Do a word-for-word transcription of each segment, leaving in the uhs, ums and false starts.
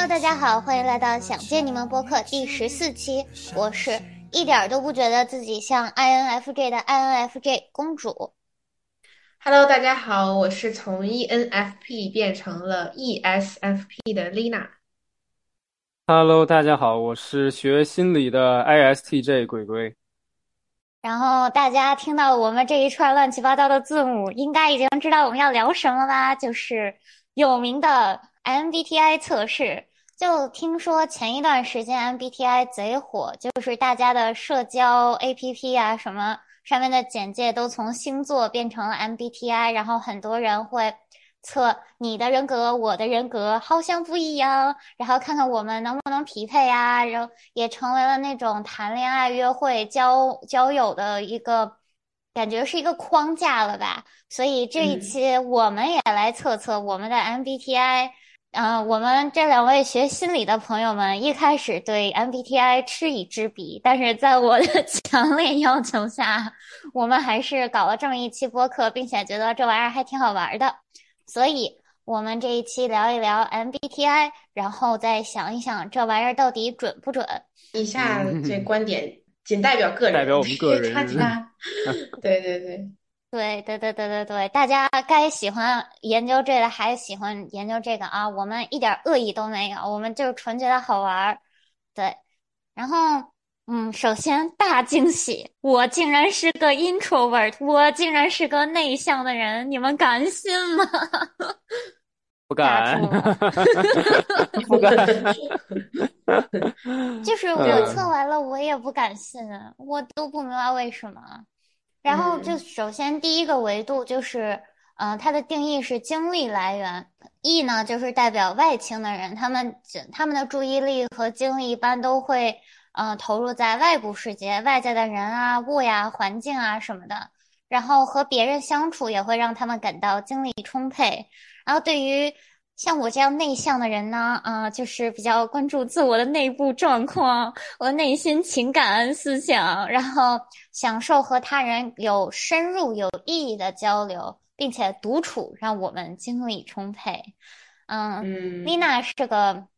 Hello，大家好，欢迎来到想见你们播客第十四期，我是一点都不觉得自己像 I N F J 的 I N F J 公主。 Hello，大家好，我是从 E N F P 变成了 E S F P 的 Lina。 Hello，大家好，我是学心理的 I S T J 鬼鬼。 然后大家听到我们这一串乱七八糟的字母，应该已经知道我们要聊什么吧？就是有名的 M B T I 测试。就听说前一段时间 M B T I 贼火，就是大家的社交 A P P 啊什么上面的简介都从星座变成了 M B T I，然后很多人会测你的人格，我的人格好像不一样，然后看看我们能不能匹配啊，然后也成为了那种谈恋爱、约会、交交友的一个感觉是一个框架了吧。所以这一嗯， 期我们也来测测我们的 M B T I。嗯、呃我们这两位学心理的朋友们一开始对 M B T I 嗤以之鼻，但是在我的强烈要求下，我们还是搞了这么一期播客，并且觉得这玩意儿还挺好玩的。所以，我们这一期聊一聊 M B T I，然后再想一想这玩意儿到底准不准。 以下这嗯， 观点仅代表个人， 代表我们个大人。 家，对对对， 对对对对对对，大家该喜欢研究这个还喜欢研究这个啊，我们一点恶意都没有，我们就是纯觉得好玩儿。对，然后嗯，首先大惊喜，我竟然是个 introvert，我竟然是个内向的人，你们敢信吗？ 不打住敢。 了。 不敢。 就是我测嗯完了，我也不敢信啊，我都不明白为什么。然后就嗯首先第一个维度就是，嗯、它的定义是精力来源。E 呢，就是代表外倾的人，他们他们的注意力和精力一般都会，嗯、投入在外部世界、外在的人啊、物呀、环境啊什么的。然后和别人相处也会让他们感到精力充沛。然后对于像我这样内向的人呢，啊、就是比较关注自我的内部状况，我的内心情感思想，然后享受和他人有深入有意义的交流，并且独处让我们精力充沛。嗯，丽嗯， 娜是个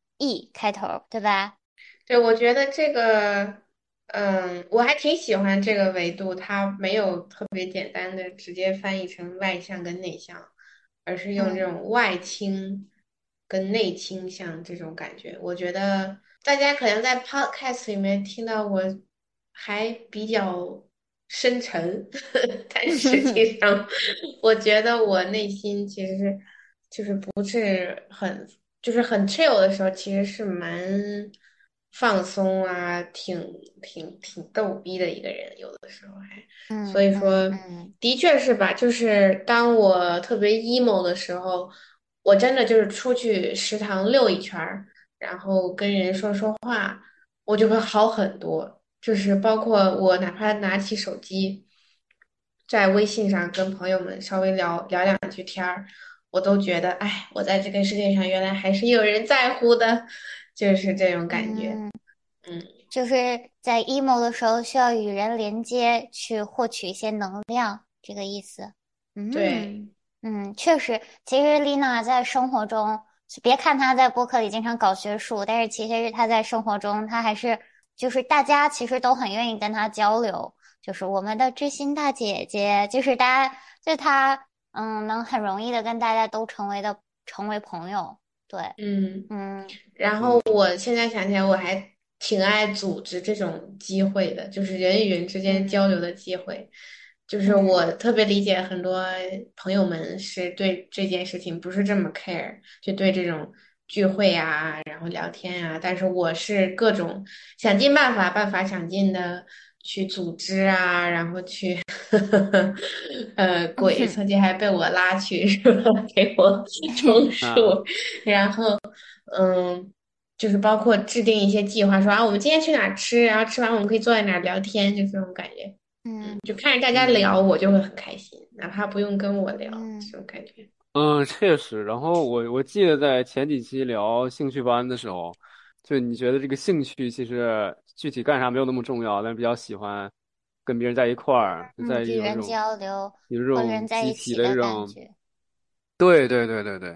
E 开头，对吧？ 对，我觉得这个，嗯，我还挺喜欢这个维度，它没有特别简单的直接翻译成外向跟内向，而是用这嗯种外倾跟内倾向这种感觉。我觉得大家可能在 podcast 里面听到我还比较深沉，但实际上，我觉得我内心其实是就是不是很。就是很 chill 的时候，其实是蛮放松啊，挺挺挺逗逼的一个人，有的时候还，所嗯嗯以说嗯的确是吧，就是当我特别 emo 的时候，我真的就是出去食堂溜一圈儿，然后跟人说说话，我就会好很多。就是包括我哪怕拿起手机，在微信上跟朋友们稍微聊聊两句天儿。我都觉得，哎，我在这个世界上原来还是有人在乎的，就是这种感觉。 嗯， 嗯， 就是在 emo 的时候需要与人连接，去获取一些能量，这个意思。 对， 嗯嗯，确实，其实丽娜在生活中，别看她在播客里经常搞学术，但是其实她在生活中，她还是就是大家其实都很愿意跟她交流，就是我们的知心大姐姐，就是大家就是她，嗯，能很容易的跟大家都成为的成为朋友。对， 嗯。 嗯然后嗯我现在想起来，我还挺爱组织这种机会的，就是人与人之间交嗯流的机会。就是我嗯特别理解很多朋友们是对这件事情不是这么 care，就对这种聚会啊，然后聊天啊，但是我是各种想尽办法、办法想尽的去组织啊，然后去，呃，鬼嗯曾经还被我拉去，是吧？给我充数， 啊， 然后。嗯，就是包括制定一些计划，说啊，我们今天去哪儿吃，然后吃完我们可以坐在哪儿聊天，就这种感觉。嗯， 嗯就看着大家聊， 嗯我就会很开心，哪怕不用跟我聊， 嗯这种感觉。 嗯，确实。然后我我记得在前几期聊兴趣班的时候，就你觉得这个兴趣其实具体干啥没有那么重要，但是比较喜欢跟别人在一块儿，就嗯， 在与人有这种交流， 有这和人种集体在一起的的这种。 感觉。 对对对对对。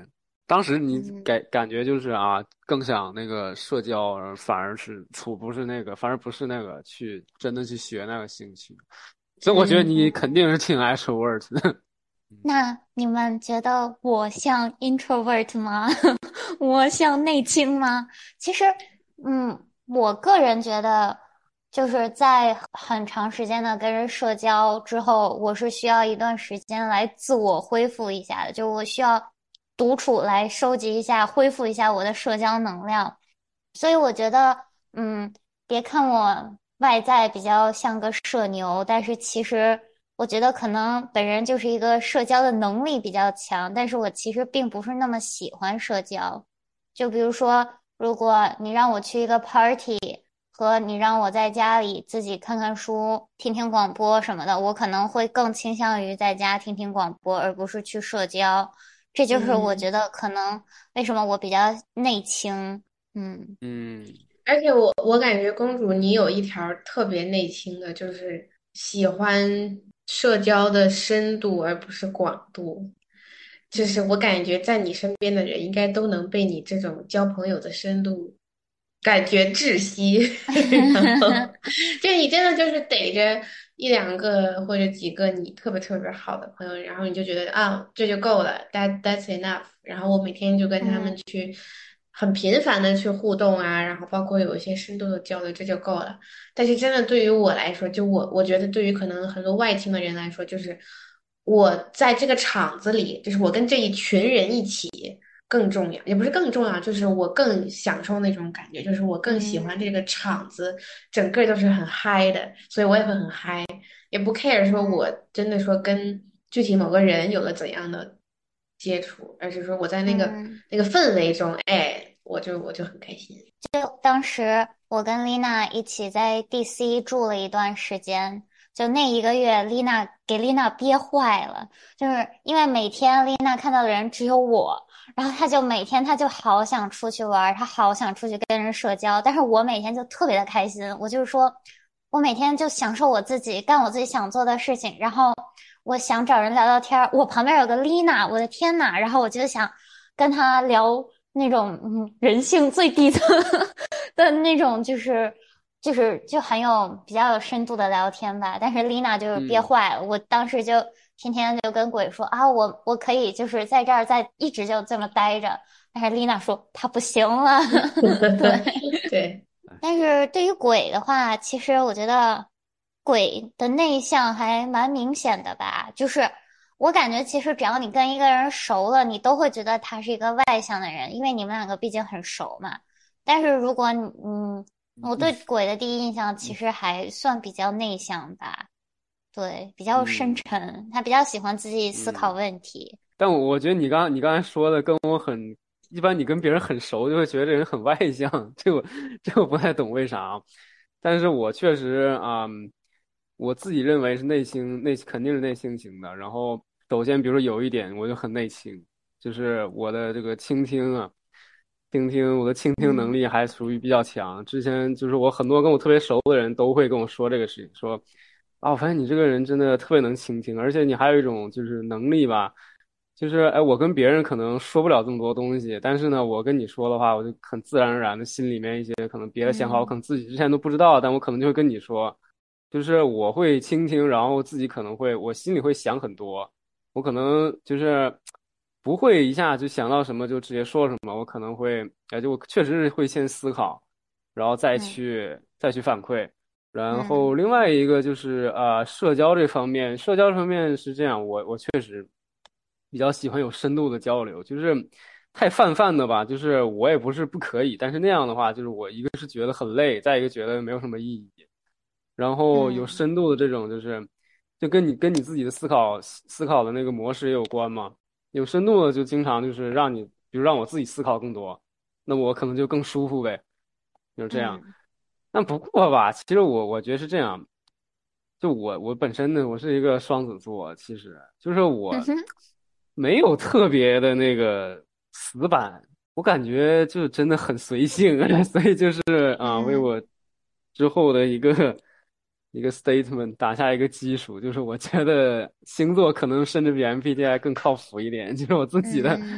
当时你嗯感感觉就是啊，更想那个社交，而反而是处不是那个，反而不是那个去真的去学那个兴趣。所以我觉得嗯。 你肯定是挺 extrovert 的。 那你们觉得我像 introvert 吗？我像内倾吗？其实，嗯，我个人觉得，就是在很长时间的跟人社交之后，我是需要一段时间来自我恢复一下的，就我需要独处来收集一下、恢复一下我的社交能量。所以我觉得，嗯，别看我外在比较像个社牛，但是其实我觉得可能本人就是一个社交的能力比较强，但是我其实并不是那么喜欢社交。就比如说，如果你让我去一个 party，和你让我在家里自己看看书、听听广播什么的，我可能会更倾向于在家听听广播，而不是去社交。这就是我嗯。 觉得可能为什么我比较内倾。嗯嗯而且我我感觉公主你有一条儿特别内倾的，就是喜欢社交的深度而不是广度。就是我嗯感觉在你身边的人应该都能被你这种交朋友的深度感觉窒息，然后就你真的就是逮着一两个或者几个你特别特别好的朋友，然后你就觉得啊这就够了，that that's enough。然后我每天就跟他们嗯去很频繁的去互动啊，然后包括有一些深度的交流，这就够了。但是真的对于我来说，就我我觉得对于可能很多外倾的人来说，就是我在这个场子里，就是我跟这一群人一起更重要，也不是更重要，就是我更享受那种感觉，就是我更喜欢这嗯个场子，整个都是很嗨的，所以我也会很嗨，也不 care 说我嗯真的说跟具体某个人有了怎样的接触，而是说我在那个嗯。 那个氛围中，哎，我就我就很开心。 当时我跟丽娜一起在 D C 住了一段时间，就那一个月，丽娜给丽娜憋坏了，就是因为每天丽娜看到的人只有我，然后她就每天她就好想出去玩，她好想出去跟人社交，但是我每天就特别的开心，我就是说，我每天就享受我自己，干我自己想做的事情，然后我想找人聊聊天儿，我旁边有个丽娜，我的天呐，然后我就想跟她聊。那种嗯人性最底层的那种，就是就是就很有比较有深度的聊天吧。但是丽娜就是憋嗯。 坏了，我当时就天天就跟鬼说啊，我我可以就是在这儿再一直就这么待着。但是丽娜说她不行了，对。 对。 但是对于鬼的话，其实我觉得鬼的内向还蛮明显的吧。就是我感觉，其实只要你跟一个人熟了，你都会觉得他是一个外向的人，因为你们两个毕竟很熟嘛。但是如果你嗯，我对鬼的第一印象其实还算比较内向吧，对，比较深嗯沉，他比较喜欢自己思考嗯。 问题。 但我我觉得你刚你刚才说的跟我很一般，你跟别人很熟就会觉得这人很外向，这我这我不太懂为啥。但是我确实啊、嗯我自己认为是内倾，内肯定是内倾型的。然后首先比如说有一点我就很内倾，就是我的这个倾听啊，倾听我的倾听能嗯力还属于比较强。之前就是我很多跟我特别熟的人都会跟我说这个事情，说啊，我发现你这个人真的特别能倾听，而且你还有一种就是能力吧。就是哎，我跟别人可能说不了这么多东西，但是呢，我跟你说的话，我就很自然而然的心里面一些可能别的想法，我可嗯能自己之前都不知道，但我可能就会跟你说，就是我会倾听，然后自己可能会我心里会想很多，我可能就是不会一下就想到什么就直接说什么，我可能会哎，就我确实是会先思考，然后再嗯去再去反馈。然后嗯另外一个就是呃，社交这方面，社交这方面是这样，我我确实比较喜欢有深度的交流，就是太泛泛的吧，就是我也不是不可以，但是那样的话，就是我一个是觉得很累，再一个觉得没有什么意义。然后有嗯深度的这种，就是就跟你跟你自己的思考思考的那个模式也有关嘛。有深度的就经常就是让你，比如让我自己思考更多，那我可能就更舒服呗，就是这样。 嗯但不过吧，其实我我觉得是这样，就我我本身呢，我是一个双子座，其实就是我嗯哼没有特别的那个死板，我感觉就真的很随性，所以就是啊，为嗯我之后的一个一个 statement 打下一个基础，就是我觉得星座可能甚至比 M B T I 更靠谱一点，就是我自己的， 嗯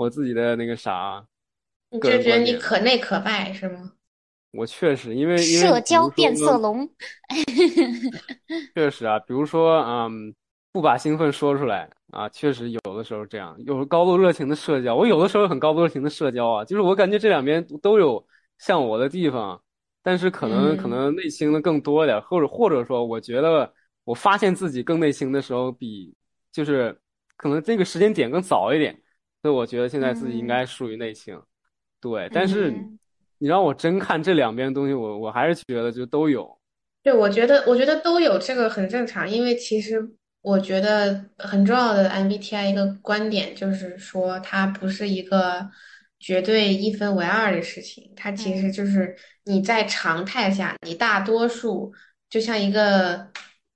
我自己的那个啥个你就觉得人观点。 你可内可外是吗？ 我确实，因为因为社比如说， 交变色龙。 确实啊，比如说，嗯，不把兴奋说出来啊，确实有的时候这样，有高度热情的社交，我有的时候很高度热情的社交啊，就是我感觉这两边都有像我的地方，但是可能可嗯能内倾的更多一点，或者或者说，我觉得我发现自己更内倾的时候比就是可能这个时间点更早一点，所以我觉得现在自己应嗯该属于内倾，对，但是嗯。 嗯你让我真看这两边的东西，我我还是觉得就都有。 对，我觉得，我觉得都有这个很正常，因为其实我觉得很重要的 M B T I 一个观点就是说，它不是一个绝对一分为二的事情，它其实嗯就是你在常态下，你大多数就像一个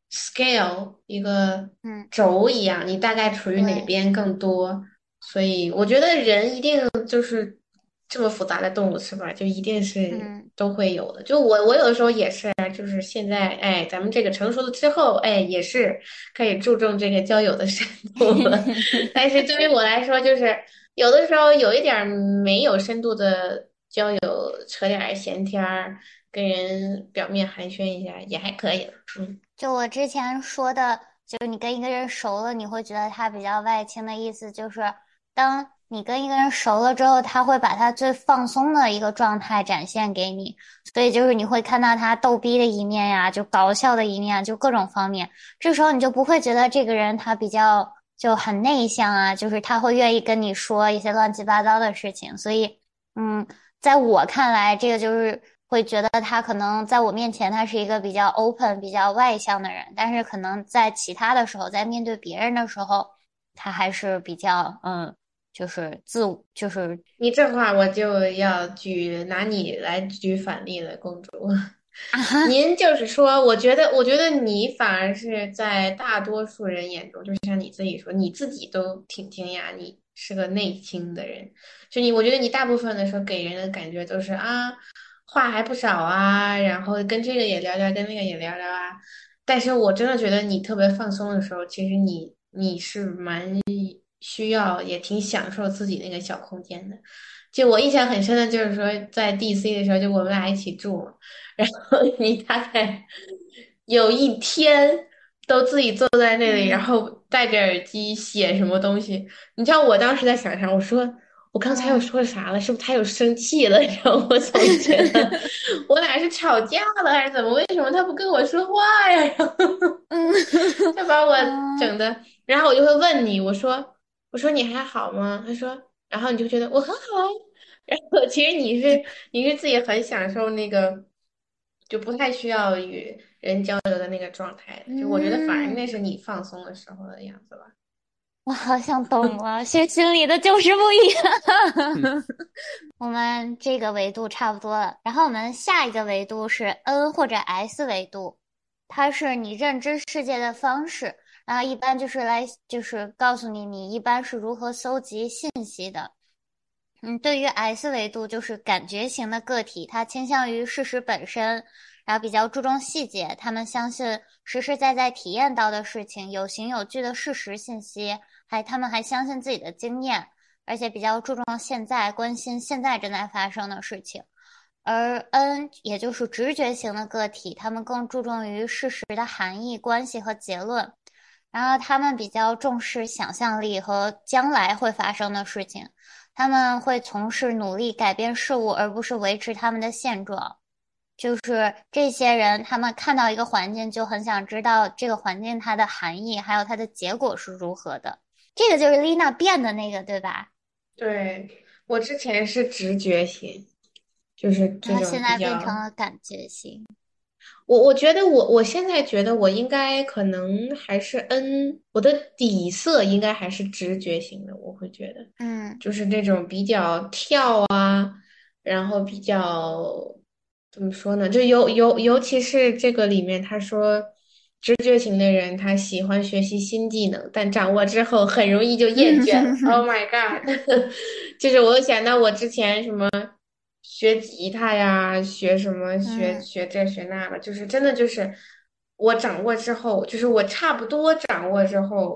scale 一个嗯， 轴一样，你大概处于哪对， 边更多，所以我觉得人一定就是这么复杂的动物，是吧？就一定是嗯都会有的。就我我有的时候也是，就是现在哎，咱们这个成熟了之后，哎，也是可以注重这个交友的深度了。但是对于我来说，就是有的时候有一点儿没有深度的交友，扯点儿闲天儿，跟人表面寒暄一下也还可以了。嗯就我之前说的，就是你跟一个人熟了，你会觉得他比较外倾的意思，就是当你跟一个人熟了之后，他会把他最放松的一个状态展现给你，所以就是你会看到他逗逼的一面呀，就搞笑的一面啊，就各种方面。这时候你就不会觉得这个人他比较就很内向啊，就是他会愿意跟你说一些乱七八糟的事情。所以，嗯，在我看来，这个就是会觉得他可能在我面前他是一个比较 open、比较外向的人，但是可能在其他的时候，在面对别人的时候，他还是比较嗯，就是自我，就是你这话我就要举拿你来举反例了，公主。 啊哈， 您就是说，我觉得，我觉得你反而是在大多数人眼中，就像你自己说，你自己都挺惊讶，你是个内倾的人。就你，我觉得你大部分的时候给人的感觉都是啊，话还不少啊，然后跟这个也聊聊，跟那个也聊聊啊。但是我真的觉得你特别放松的时候，其实你你是蛮需要，也挺享受自己那个小空间的。就我印象很深的就是说，在 D C 的时候，就我们俩一起住嘛。然后你大概有一天都自己坐在那里，然嗯后戴着耳机写什么东西。你知道我当时在想啥？我说我刚才又嗯说啥了？是不是他又生气了？然后我总觉得我俩是吵架了还是怎么？为什么他不跟我说话呀？然后嗯就把我嗯整的，然后我就会问你，我说我说你还好吗？他说，然后你就觉得我很好啊。然后其实你是你是自己很享受那个，就不太需要与人交流的那个状态的。就我觉得反而那嗯， 是你放松的时候的样子吧。 我好像懂了，学心理的就是不一嗯样。我们这个维度差不多了，然后我们下一个维度是 N 或者 S 维度，它是你认知世界的方式，然后一般就是来就是告诉你你一般是如何搜集信息的。嗯，对于 S 维度就是感觉型的个体，它倾向于事实本身，然后比较注重细节，他们相信实实在在体验到的事情，有形有据的事实信息，还他们还相信自己的经验。而且比较注重现在，关心现在正在发生的事情。而 N 也就是直觉型的个体，他们更注重于事实的含义、关系和结论。然后他们比较重视想象力和将来会发生的事情，他们会从事努力改变事物，而不是维持他们的现状。就是这些人，他们看到一个环境，就很想知道这个环境它的含义，还有它的结果是如何的。这个就是丽娜变的那个，对吧？ 对，我之前是直觉型，就是这种然后现在变成比较。 了感觉型。 我我觉得我我现在觉得我应该可能还是 N，我的底色应该还是直觉型的，我会觉得嗯就是那种比较跳啊，然后比较怎么说呢？就尤尤尤其是这个里面他说直觉型的人他喜欢学习新技能，但掌握之后很容易就厌倦了。Oh my god！就是我又想到我之前什么。学吉他呀，学什么学嗯学这学那个，就是真的就是我掌握之后，就是我差不多掌握之后，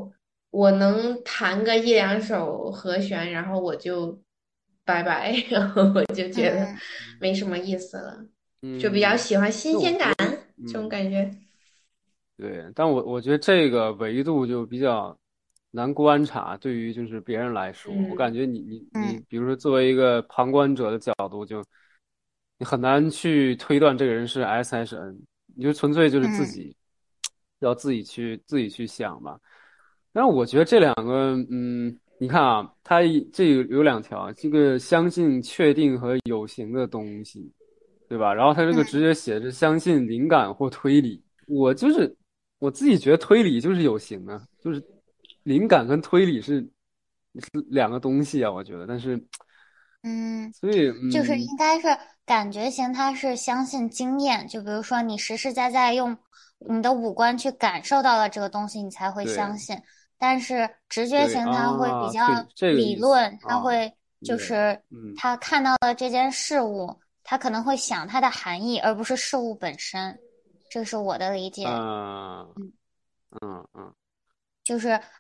我能弹个一两首和弦，然后我就拜拜，然后我就觉得嗯没什么意思了，就比较嗯， 喜欢新鲜感就我觉得， 这种嗯， 感觉。 对，但我我觉得这个维度就比较难观察，对于就是别人来说，我感嗯觉你你你， 嗯比如说作为一个旁观者的角度，就你很难去推断这个人是 S 还是 N，你就纯粹就是自嗯己要自己去自己去想吧。但是我觉得这两个，嗯，你看啊，它一这有有两条，这个相信确定和有形的东西，对吧？然后它这个直嗯接写着相信灵感或推理，我就是我自己觉得推理就是有形的，就是灵感跟推理是是两个东西啊，我觉得。但是， 嗯， 所以， 就是嗯， 应该是感觉型，它是相信经验，就比如说你实实在在用你的五官去感受到了这个东西，你才会对相信。但是直觉对型它会比啊，推较理这个意思理论，它啊， 会就对， 是嗯他看到了这件事物，他可能会想它的含义，而不是事物本身。这是我的理解。 嗯嗯。 嗯嗯就是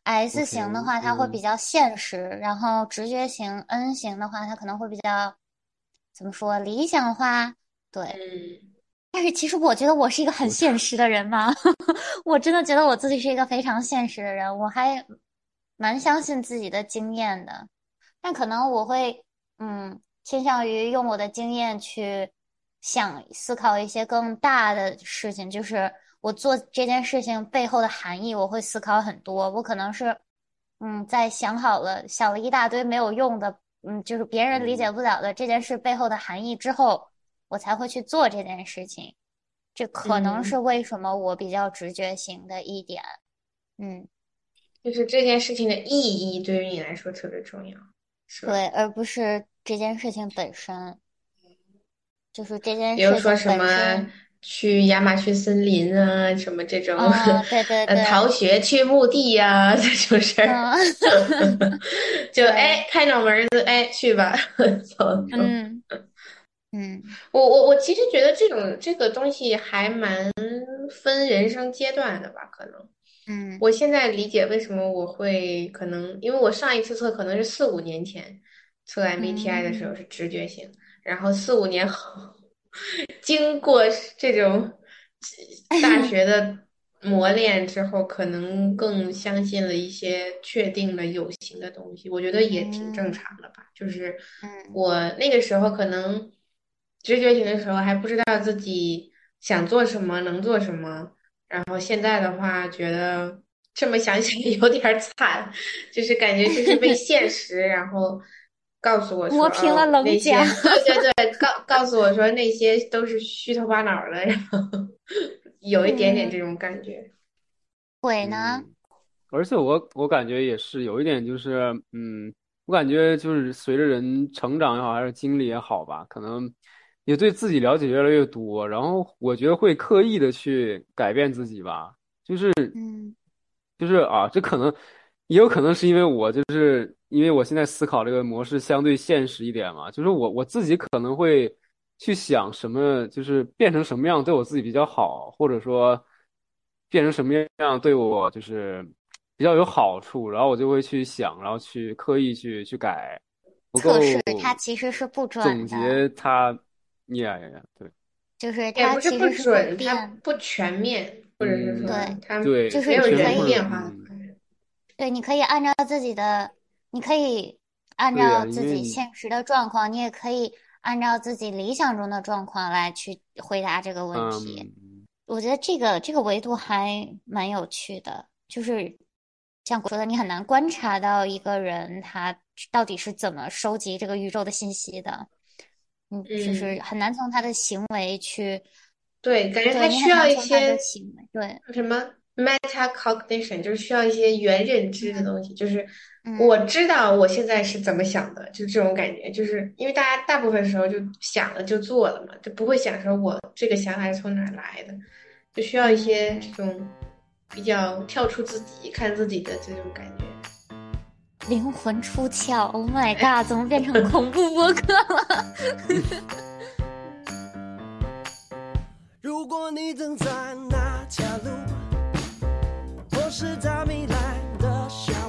S 型的 ，OK， 话，它会比嗯。 较现实，然后直觉型 N 型的话，它可能会比较怎么说理想化。对， 嗯。 但是其实我觉得我是一个很我操， 现实的人嘛，我真的觉得我自己是一个非常现实的人，我还蛮相信自己的经验的。但可能我会嗯倾向于用我的经验去想思考一些更大的事情，就是我做这件事情背后的含义，我会思考很多。我可能是嗯在想好了想了一大堆没有用的，嗯就是别人理解嗯不了的这件事背后的含义之后，我才会去做这件事情。这可能是嗯， 为什么我比较直觉型的一点。嗯。 就是这件事情的意义对于你来说特别重要，是吧？ 对，而不是这件事情本身，就是这件比如事情说什么本身。 去亚马逊森林啊，什么这种， 嗯，对对呃，逃对。 学去墓地呀、这种事儿， 嗯。 就对。 哎开脑门儿子，哎去吧，走走。 嗯嗯我我我其实觉得这种这个东西还蛮分人生阶段的吧，可能。 嗯我现在理解为什么我会可能，因为我上一次测可能是四五年前测 M B T I 的时候嗯是直觉型，然后四五年后经过这种大学的磨练之后，可能更相信了一些确定的有形的东西，我觉得也挺正嗯常的吧。就是嗯我那个时候可能直觉型的时候还不知道自己想做什么，能做什么。然后现在的话，觉得这么想起来有点儿惨，就是感觉就是被现实，然后告诉我说， 磨平了哦，那棱角。 些，对对对，告告诉我说那些都是虚头巴脑的，然后有一点点这嗯， 种感觉。 鬼呢？ 嗯，而且我我感觉也是有一点，就是嗯，我感觉就是随着人成长也好，还是经历也好吧，可能也对自己了解越来越多，然后我觉得会刻意的去改变自己吧，就是嗯就是啊，这可能也有可能是因为我就是因为我现在思考这个模式相对现实一点嘛，就是我我自己可能会去想什么，就是变成什么样对我自己比较好，或者说变成什么样对我就是比较有好处，然后我就会去想，然后去刻意去去改，不测试够它其实是不总准的， 结它，呀呀呀，对， 就是它也不是不其实是会准，它变。 不全面，或者是说对， 嗯， 它对， 就是没有你可以。 不全面或者人变化的嗯， 快。 对，你可以按照自己的，你可以按对呀， 照自己因为你现实的状况，你也可以按照自己理想中的状况来去回答这个问题。 嗯。 我觉得这个这个维度还蛮有趣的，就是像我说的，你很难观察到一个人他到底是怎么收集这个宇宙的信息的，嗯，就是嗯， 很难从他的行为去。 对，感觉它对，你需要很难从他的一些行为。对。 什么 metacognition，就是需要一些原认知的嗯东西。就是我嗯知道我现在是怎么想的，就这种感觉。就是因为大家大部分时候就想了就做了嘛，就不会想说我这个想法是从哪儿来的，就需要一些这嗯。 种比较跳出自己看自己的这种感觉。 灵魂出窍，Oh my god，怎么变成恐怖播客了？ 如果你正在那条路，或是在米兰的小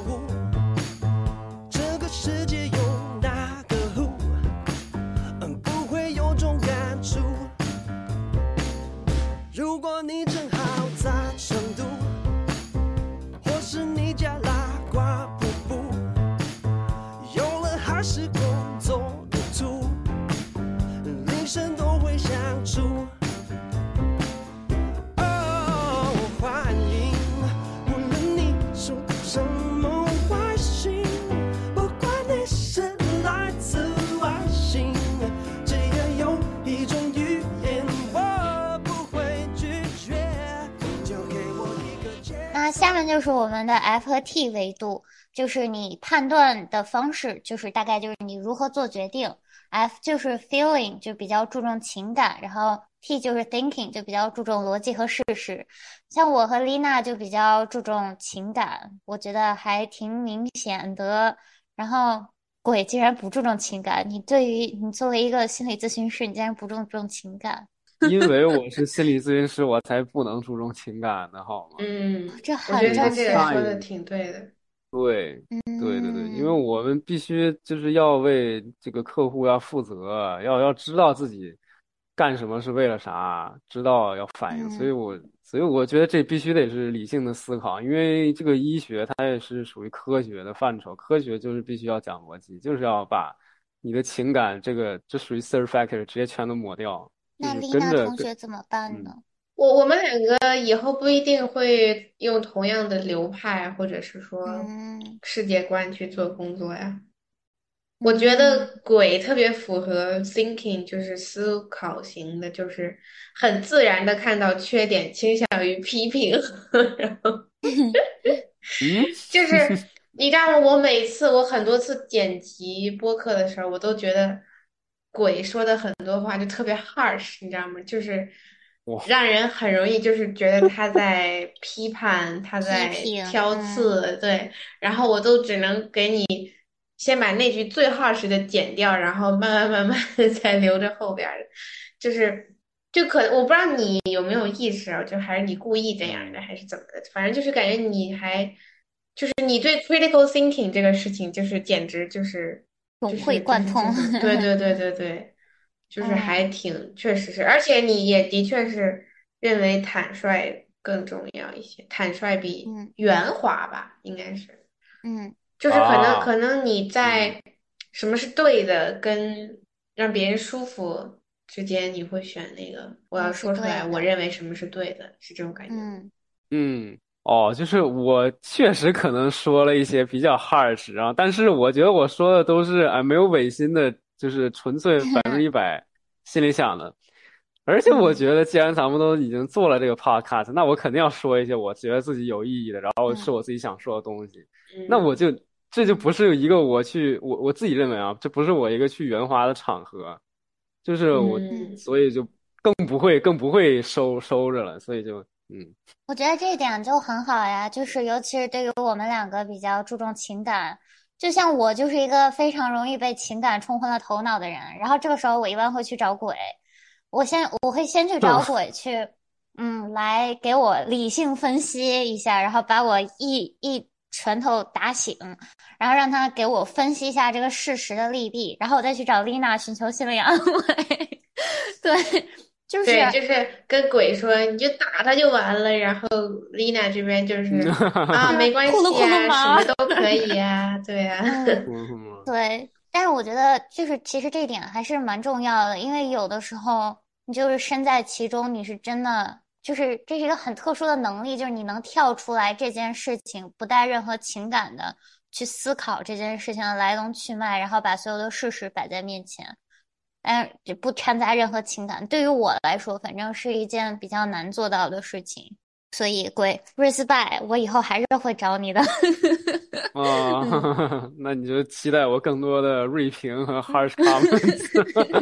下面就是我们的 F 和 T 维度，就是你判断的方式，就是大概就是你如何做决定。F 就是 feeling，就比较注重情感，然后 T 就是 thinking，就比较注重逻辑和事实。像我和丽娜就比较注重情感，我觉得还挺明显的。然后鬼竟然不注重情感，你对于你作为一个心理咨询师，你竟然不注重情感， 因为我是心理咨询师，我才不能注重情感的好吗？ 嗯， 这我觉得他很正确。 这个说的挺对的。 对，对对对，因为嗯我们必须就是要为这个客户要负责，要要知道自己干什么是为了啥，知道要反应，所以嗯我所以我觉得这必须得是理性的思考，因为这个医学它也是属于科学的范畴，科学就是必须要讲逻辑，就是要把你的情感这个这属于 third factor 直接全都抹掉，就是那丽娜跟着跟同学怎么办嗯呢？ 我我们两个以后不一定会用同样的流派，或者是说嗯世界观去做工作呀。我觉嗯， 得鬼特别符合 thinking，就是思考型的，就是很自然的看到缺点，倾向于批评，然后嗯就是你知道吗？我每次我很多次剪辑播客的时候，我都觉得鬼说的很多话就特别 harsh，你知道吗？就是哇让人很容易就是觉得他在批判，他批在评， 挑嗯刺，对，然后我都只能给你先把那句最 harsh 的剪掉，然后慢慢慢慢的再留着后边儿的，就是就可能我不知道你有没有意识啊，就还是你故意这样的， 嗯还是怎么的，反正就是感觉你还。就是你对 critical thinking 这个事情，就是简直就是就融会是就贯通。 是就是对对对对对，就是还嗯挺确实是，而且你也的确是认为坦率更重要一些，坦率比嗯圆滑吧，应该是， 嗯就是可能啊可能你嗯。 在什么是对的跟让别人舒服之间，你会选那个我要嗯，是说出来，我对的。 认为什么是对的，是这种感觉吗？ 嗯嗯，哦，就是我确实可能说了一些比较 harsh，然后但是我觉得我说的都是啊没有违心的，就是纯粹百分之一百心里想的。而且我嗯觉得，既然咱们都已经做了这个 podcast，那我肯定要说一些我觉得自己有意义的，然后是嗯我自己想说的东西。那我嗯就这就嗯不是一个我去我我自己认为啊，这不是我一个去圆滑的场合，就是我， 嗯。 嗯。 所以就更不会更不会收收着了，所以就嗯。 我觉得这一点就很好呀，就是尤其是对于我们两个比较注重情感，就像我就是一个非常容易被情感冲昏了头脑的人，然后这个时候我一般会去找鬼，我先我会先去找鬼去，嗯，来给我理性分析一下，然后把我一一拳头打醒，然后让他给我分析一下这个事实的利弊，然后我再去找丽娜寻求心理安慰，对，就是。 对，就是跟鬼说，你就打他就完了。然后丽娜这边就是啊， 就是没关呼噜呼噜系呀，什么嘛。 都可以呀，对呀。 嗯， 嗯对，但是我觉得就是其实这一点还是蛮重要的，因为有的时候你就是身在其中，你是真的就是这是一个很特殊的能力，就是你能跳出来这件事情，不带任何情感的去思考这件事情的来龙去脉，然后把所有的事实摆在面前，但是也不掺杂任何情感。对于我来说，反正是一件比较难做到的事情。所以，鬼 respect，我以后还是会找你的。 啊， 嗯那你就期待我更多的锐评和 harsh comments。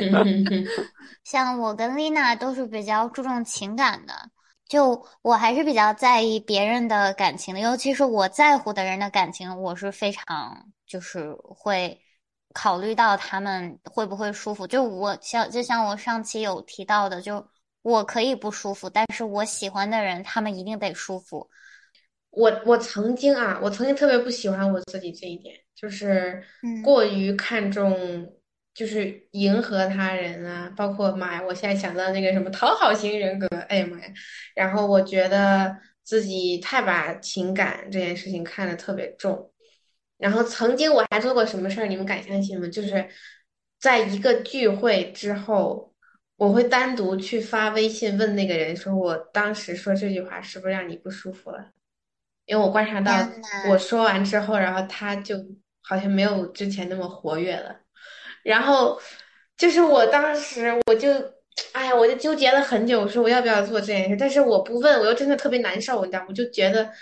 像我跟丽娜都是比较注重情感的，就我还是比较在意别人的感情的，尤其是我在乎的人的感情，我是非常就是会考虑到他们会不会舒服。就我像就像我上期有提到的，就我可以不舒服，但是我喜欢的人他们一定得舒服。 我我曾经啊，我曾经特别不喜欢我自己这一点，就是嗯过于看重，就是迎合他人啊，包括妈呀，我现在想到那个什么讨好型人格，哎呀妈呀，然后我觉得自己太把情感这件事情看得特别重，然后曾经我还做过什么事儿，你们敢相信吗？就是在一个聚会之后，我会单独去发微信问那个人说，我当时说这句话是不是让你不舒服了？因为我观察到天呐， 我说完之后，然后他就好像没有之前那么活跃了。然后就是我当时我就，哎呀，我就纠结了很久，我说我要不要做这件事，但是我不问，我又真的特别难受，你知道吗？我就觉得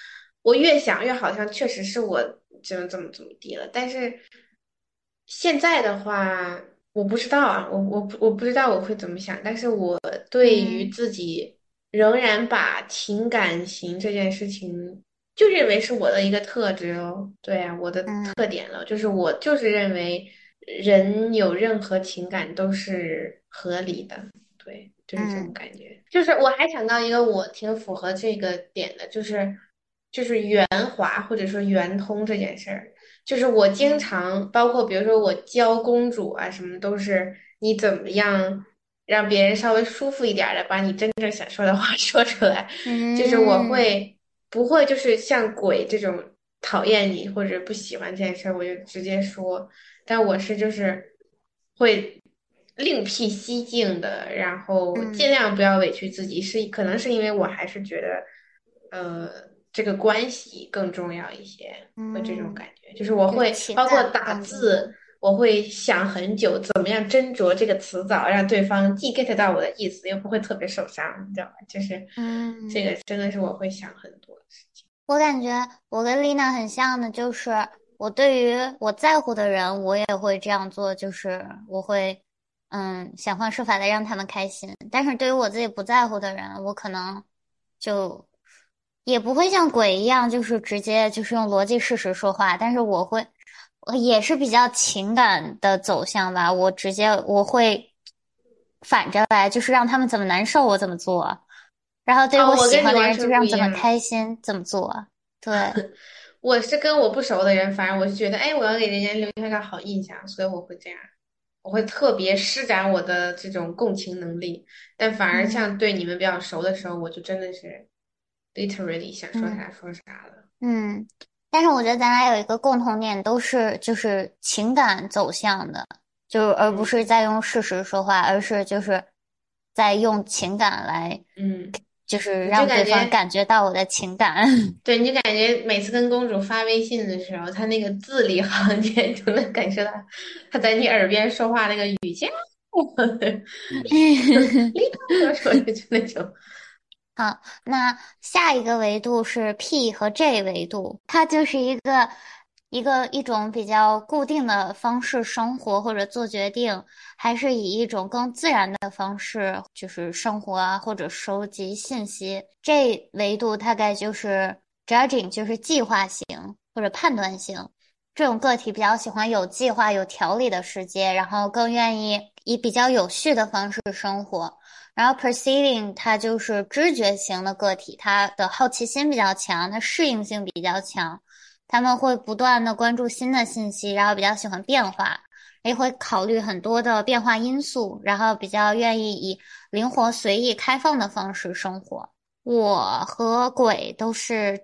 我越想越好像确实是我怎么怎么怎么地了，但是现在的话，我不知道啊，我我不我不知道我会怎么想，但是我对于嗯自己仍然把情感型这件事情就认为是我的一个特质哦，对啊，我的嗯特点了，就是我就是认为人有任何情感都是合理的，对，就是这种嗯感觉。就是我还想到一个我挺符合这个点的，就是就是圆滑或者说圆通这件事儿。就是我经嗯常，包括比如说我教公主啊，什么都是你怎么样让别人稍微舒服一点的，把你真正想说的话说出来。就是我嗯会不会就是像鬼这种讨厌你或者不喜欢这件事儿，我就直接说。但我是就是会另辟蹊径的，然后尽嗯量不要委屈自己。是可能是因为我还是觉得，呃，这个关系更重要一些。会这种嗯， 感觉，就是我就是会情感包括打更重要。 字，我会想很久，怎么样斟酌这个词藻，让对方既 get 到我的意思，又不会特别受伤，你知道吧？就是这嗯。 个真的是我会想很多的事情。 我感觉我跟丽娜很像的，就是我对于我在乎的人，我也会这样做，就是我会，嗯，想方设法的让他们开心。但是对于我自己不在乎的人，我可能就也不会像鬼一样，就是直接就是用逻辑事实说话，但是我会，我也是比较情感的走向吧，我直接我会反着来，就是让他们怎么难受我怎么做。然后对于哦， 我我喜欢的人，就跟你完全不让怎么一样。 开心怎么做。对， 我是跟我不熟的人，反而我是觉得，哎，我要给人家留下个好印象，所以我会这样，我会特别施展我的这种共情能力。但反而嗯像对你们比较熟的时候，我就真的是 literally 想说嗯啥说啥了。 嗯，但是我觉得咱俩有一个共同点，都是就是情感走向的，就而不是嗯在用事实说话，而是就是在用情感来， 嗯， 就是你就让对方感觉。 感觉到我的情感。 对，你就感觉每次跟公主发微信的时候，她那个字里行间就能感受到她在你耳边说话那个语气，领导什么就那种。 好，那下一个维度是 P 和 J 维度，它就是一个一个一种比较固定的方式生活或者做决定，还是以一种更自然的方式，就是生活啊，或者收集信息。这维度大概就是 judging，就是计划型或者判断型。这种个体比较喜欢有计划、有条理的世界，然后更愿意以比较有序的方式生活。然后 perceiving 它就是知觉型的个体，它的好奇心比较强，它适应性比较强，他们会不断的关注新的信息，然后比较喜欢变化，也会考虑很多的变化因素，然后比较愿意以灵活、随意、开放的方式生活。我和鬼都是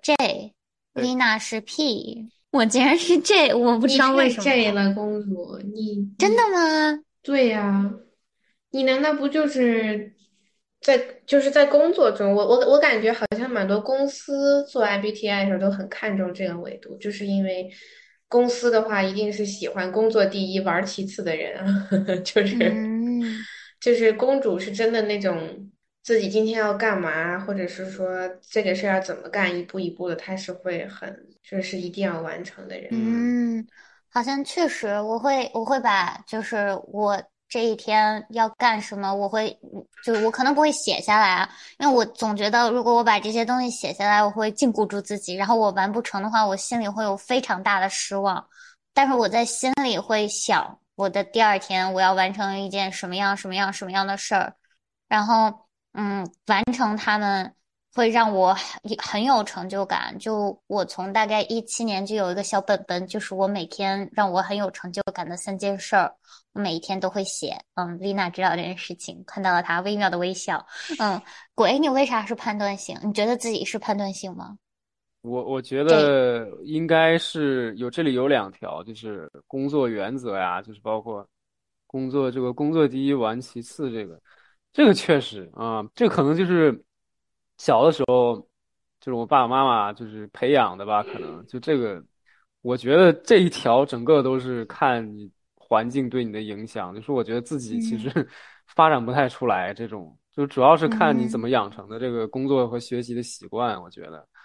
J， 对， Lina 是 P，我竟然是 J，我不知你太道为什么。 J 了，公主，你真的你吗？ 对呀，你难道不就是在就是在工作中，我我我感觉好像蛮多公司做 M B T I 的时候都很看重这个维度，就是因为公司的话一定是喜欢工作第一，玩儿其次的人啊，就是嗯就是公主是真的那种自己今天要干嘛，或者是说这个事儿要怎么干，一步一步的，她是会很就是一定要完成的人嘛。 嗯，好像确实，我会我会把就是我这一天要干什么，我会就我可能不会写下来啊，因为我总觉得如果我把这些东西写下来，我会禁锢住自己，然后我完不成的话，我心里会有非常大的失望。但是我在心里会想，我的第二天我要完成一件什么样什么样什么样的事儿，然后嗯，完成它们会让我很很有成就感。就我从大概一七年就有一个小本本，就是我每天让我很有成就感的三件事儿，我每一天都会写。嗯，丽娜知道这件事情，看到了她微妙的微笑。嗯，鬼，你为啥是判断型？你觉得自己是判断型吗？ 我我觉这， 得应该是有，这里有两条，就是工作原则呀，就是包括工作这个工作第一，完其次，这个这个确实啊，这可能就是小的时候就是我爸爸妈妈就是培养的吧，可能就这个，我觉得这一条整个都是看你环境对你的影响，就是我觉得自己其实嗯发展不太出来这种，就主要是看你怎嗯么养成的这个工作和学习的习惯，我觉得。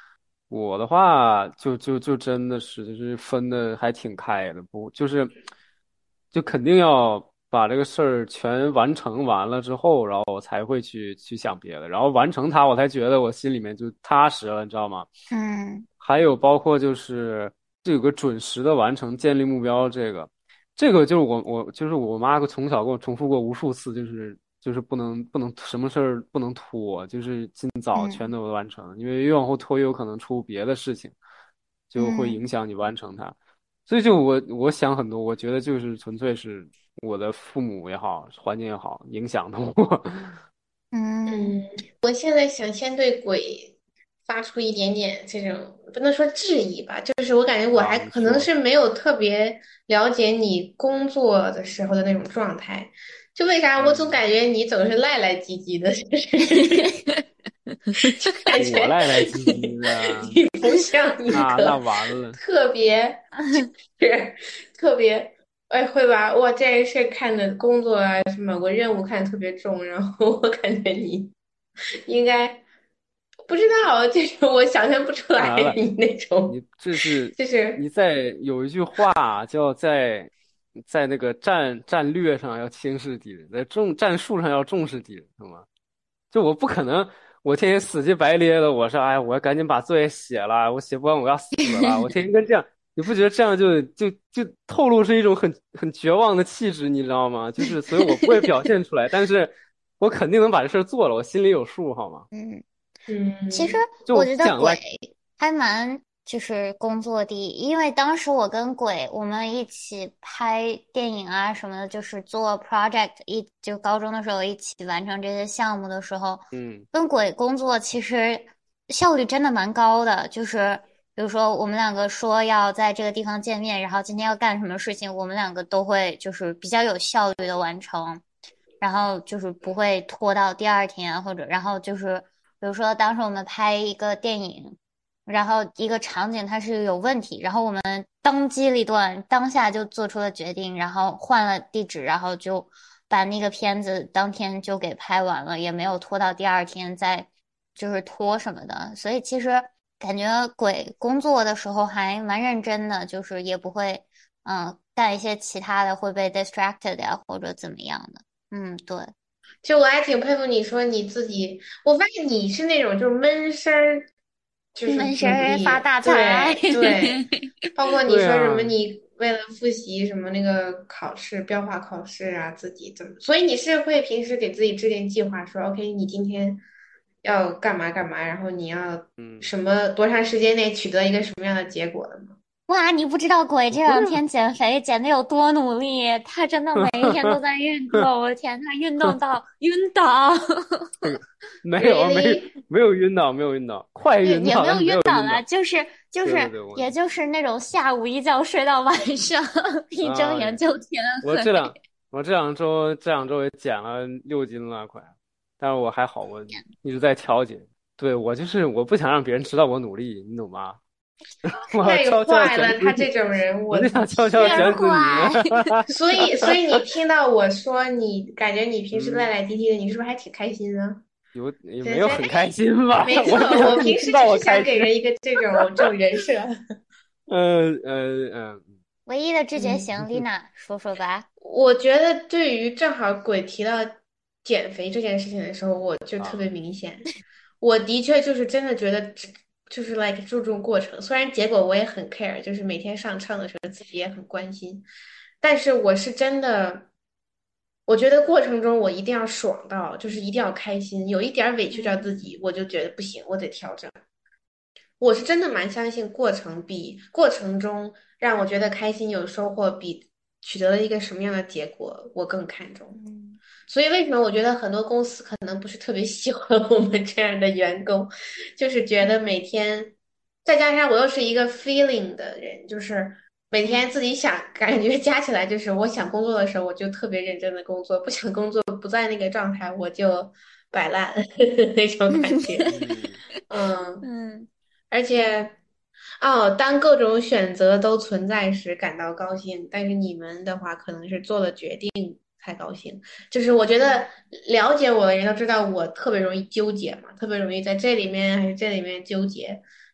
我的话就就就真的是就是分的还挺开的，不就是就肯定要把这个事儿全完成完了之后，然后我才会去去想别的，然后完成它，我才觉得我心里面就踏实了，你知道吗？ 嗯还有包括就是这有个准时的完成建立目标，这个这个就是我我就是我妈从小跟我重复过无数次，就是就是不能不能什么事儿不能拖，就是尽早全嗯都完成，因为越往后拖越有可能出别的事情，就会嗯影响你完成它。所以就我我想很多，我觉得就是纯粹是我的父母也好，环境也好，影响的我。 嗯嗯，我现在想先对鬼发出一点点这种，不能说质疑吧，就是我感觉我啊， 还可能你说是没有特别了解你工作的时候的那种状态。就为啥我总嗯， 感觉你总是赖赖唧唧的，就是就感觉我赖赖唧唧的， 你不像一那那个完了。 特别就是特别哎会把哇这件事看的工作啊什么某个任务看得特别重，然后我感觉你应该不知道，就是我想象不出来完了， 你那种， 你这是就是你在有一句话叫在在那个战战略上要轻视敌人，在重战术上要重视敌人，懂吗？就我不可能，我天天死乞白咧的，我说哎，我要赶紧把作业写了，我写不完我要死了，我天天跟这样，你不觉得这样就就就透露出一种很很绝望的气质，你知道吗？就是所以我不会表现出来，但是我肯定能把这事儿做了，我心里有数，好吗？ 嗯。其实嗯我就不想觉得鬼 like， 还蛮就是工作第一，因为当时我跟鬼我们一起拍电影啊什么的，就是做 project 一就高中的时候一起完成这些项目的时候， 嗯跟鬼工作其实效率真的蛮高的。就是比如说我们两个说要在这个地方见面，然后今天要干什么事情，我们两个都会就是比较有效率的完成。然后就是不会拖到第二天，或者然后就是比如说当时我们拍一个电影，然后一个场景它是有问题，然后我们当机立断，当下就做出了决定，然后换了地址，然后就把那个片子当天就给拍完了，也没有拖到第二天再就是拖什么的，所以其实感觉鬼工作的时候还蛮认真的，就是也不会嗯干一些其他的会被 distracted 呀或者怎么样的。嗯，对， 就我还挺佩服你说你自己，我发现你是那种就是闷声儿，就是闷声努力， 儿发大财。 对对，包括你说什么对啊。 你为了复习什么那个考试标化考试啊，自己怎么，所以你是会平时给自己制定计划，说 OK 你今天要干嘛干嘛，然后你要嗯， 什么多长时间内取得一个什么样的结果的吗？ 哇，你不知道鬼这不会啊， 两天减肥减的有多努力，他真的每一天都在运动，我的天，他运动到晕倒。 没有没有 Really？ 没有晕倒，没有晕倒，快也也没有晕倒但是没晕倒啦， 有晕倒。 就是就是对对对，我也就是那种下午一觉睡到晚上，一睁啊， 眼就天黑。 我这两我这两周这两周也减了六斤了，快，但是我还好，我一直在调节。对，我就是我不想让别人知道我努力，你懂吗？我要太悄悄地坏了， 检举你， 他这种人， 我就我的想悄悄地真天！ 检举你。 坏。 所以，所以你听到我说你感觉你平时赖嗯， 赖滴滴的，你是不是还挺开心呢？ 有也没觉得哎， 有很开心吧？ 没错， 我也不想我让你知道平时只是我开心。 想给人一个这种这种人设。 嗯嗯嗯唯一的致谢嗯， 型，丽娜说说吧。 我觉得对于正好鬼提到减肥这件事情的时候，我就特别啊， 明显。我的确就是真的觉得只就是 like 注重过程，虽然结果我也很 care，就是每天上秤的时候自己也很关心，但是我是真的，我觉得过程中我一定要爽到，就是一定要开心，有一点儿委屈着自嗯己，我就觉得不行，我得调整。我是真的蛮相信过程比过程中让我觉得开心有收获，比取得了一个什么样的结果我更看重。 嗯所以为什么我觉得很多公司可能不是特别喜欢我们这样的员工，就是觉得每天，再加上我又是一个 feeling 的人，就是每天嗯自己想，感觉加起来就是我想工作的时候我就特别认真的工作，不想工作不在那个状态我就摆烂那种感觉。 嗯嗯， 嗯而且哦，当各种选择都存在时感到高兴，但是你们的话可能是做了决定才高兴。就是我觉得嗯了解我的人都知道我特别容易纠结嘛，特别容易在这里面还是这里面纠结。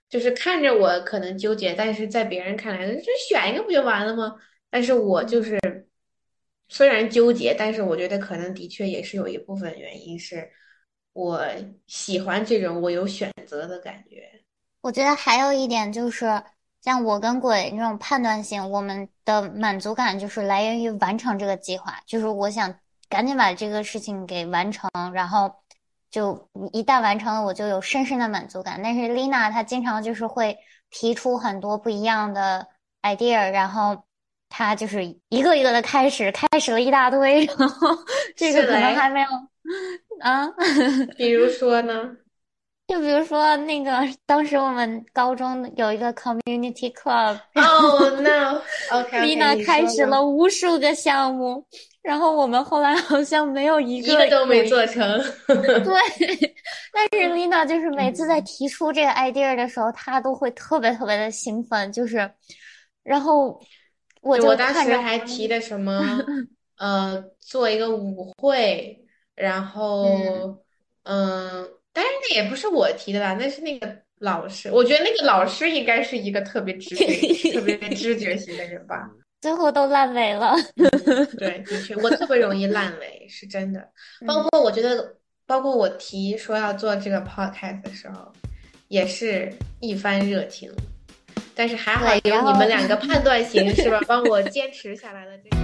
就是看着我可能纠结，但是在别人看来，就选一个不就完了吗？但是我就是虽然纠结，但是我觉得可能的确也是有一部分原因是我喜欢这种我有选择的感觉。 我觉得还有一点就是，像我跟鬼那种判断性，我们的满足感就是来源于完成这个计划，就是我想赶紧把这个事情给完成，然后就一旦完成了，我就有深深的满足感。但是丽娜她经常就是会提出很多不一样的 idea，然后她就是一个一个的开始，开始了一大堆，然后这个是可能还嘞， 没有啊。 比如说呢？ 就比如说那个，当时我们高中有一个 community club，然后 Oh no，OK OK， Lina 你说吧， 开始了无数个项目，然后我们后来好像没有一个一个都没有一做成。 对，但是 Lina 就是每次在嗯， 提出这个 idea 的时候，她都会特别特别的兴奋，就是，然后我就我就看着我， 当时还提的什么，呃，做一个舞会，然嗯， 后，嗯、当然那也不是我提的啦，那是那个老师。我觉得那个老师应该是一个特别直觉、特别知觉型的人吧。 最后都烂尾了， 嗯，对，的确，我特别容易烂尾，是真的。包嗯， 括我觉得，包括我提说要做这个 podcast 的时候，也是一番热情。但是还好对， 有然后你们两个判断型是吧，帮我坚持下来了这个。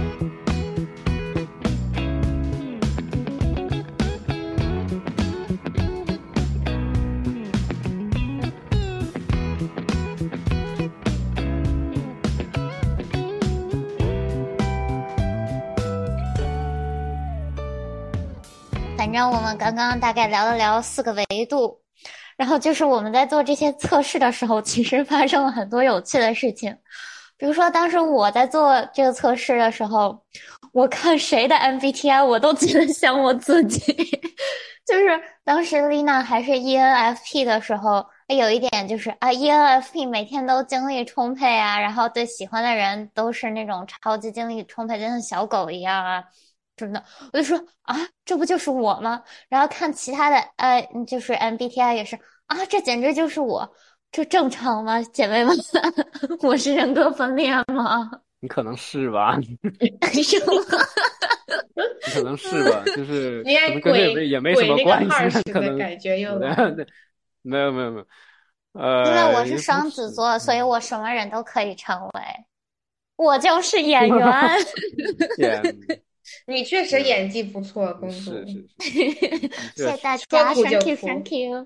反正我们刚刚大概聊了聊四个维度，然后就是我们在做这些测试的时候，其实发生了很多有趣的事情。比如说，当时我在做这个测试的时候，我看谁的 M B T I，我都觉得像我自己。就是当时丽娜还是 E N F P 的时候，有一点就是啊，E N F P 每天都精力充沛啊，然后对喜欢的人都是那种超级精力充沛，就像小狗一样啊。真的，我就说啊，这不就是我吗？然后看其他的，呃，就是 M B T I 也是啊，这简直就是我，这正常吗，姐妹们？我是人格分裂吗？ 你可能是吧， 是吗？ 你可能是吧，就是你看可能跟这也没鬼也没什鬼那个么关系， 二十但可能的感觉又有的来了。 对，没有没有没有， 因为呃， 我是也不是， 双子座，所以嗯， 我什么人都可以成为，我就是演员。 也你确实也演技不错，公主， 是是是，的谢谢确是， 大家说哭就 ，Thank you，Thank 哭。 you。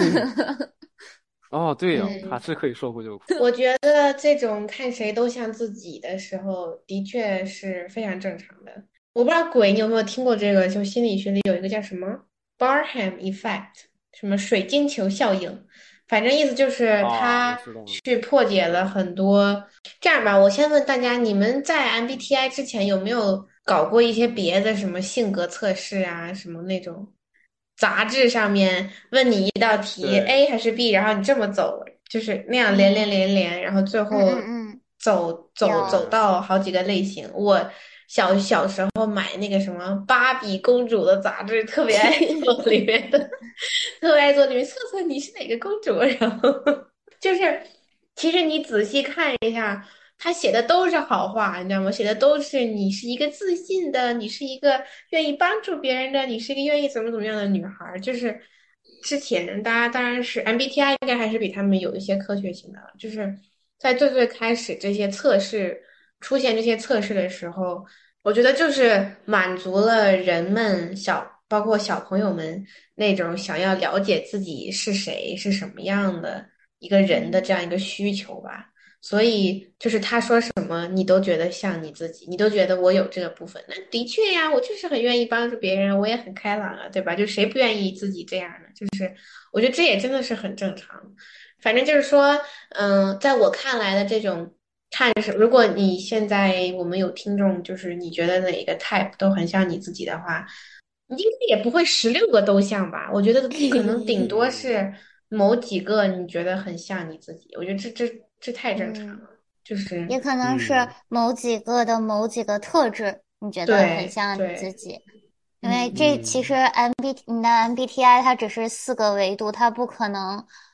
哦，对呀，他嗯， 是可以说哭就哭， 我觉得这种看谁都像自己的时候，的确是非常正常的。我不知道鬼，你有没有听过这个？就心理学里有一个叫什么 Barham Effect，什么水晶球效应，反正意思就是啊，我他知道了， 去破解了知道了， 很多。这样吧，我先问大家，你们在 M B T I 之前有没有搞过一些别的什么性格测试啊，什么那种杂志上面问你一道题对， A 还是 B，然后你这么走，就是那样连连嗯连连，然后最嗯后嗯嗯， 走走走有。 对， 到好几个类型。我小小时候买那个什么芭比公主的杂志，特别爱做里面的，特别爱做里面测测你是哪个公主，然后就是其实你仔细看一下。他写的都是好话，你知道吗？写的都是你是一个自信的，你是一个愿意帮助别人的，你是一个愿意怎么怎么样的女孩儿。就是之前大家当然是 M B T I 应该还是比他们有一些科学性的，就是在最最开始这些测试出现这些测试的时候，我觉得就是满足了人们小包括小朋友们那种想要了解自己是谁是什么样的一个人的嗯这样一个需求吧。所以就是他说什么，你都觉得像你自己，你都觉得我有这个部分。那的确呀，我就是很愿意帮助别人，我也很开朗啊，对吧？就谁不愿意自己这样呢？就是我觉得这也真的是很正常。反正就是说，嗯，在我看来的这种看是，如果你现在我们有听众，就是你觉得哪个 type 都很像你自己的话，你应该也不会十六个都像吧？我觉得可能顶多嗯是某几个你觉得很像你自己。我觉得这这这太正常嗯， 了，就是也可能是嗯某几个的某几个特质，你觉得很对像你自对， 己。因为嗯这其实嗯 M B 你的 M B T I 它只是四个维度，它不可能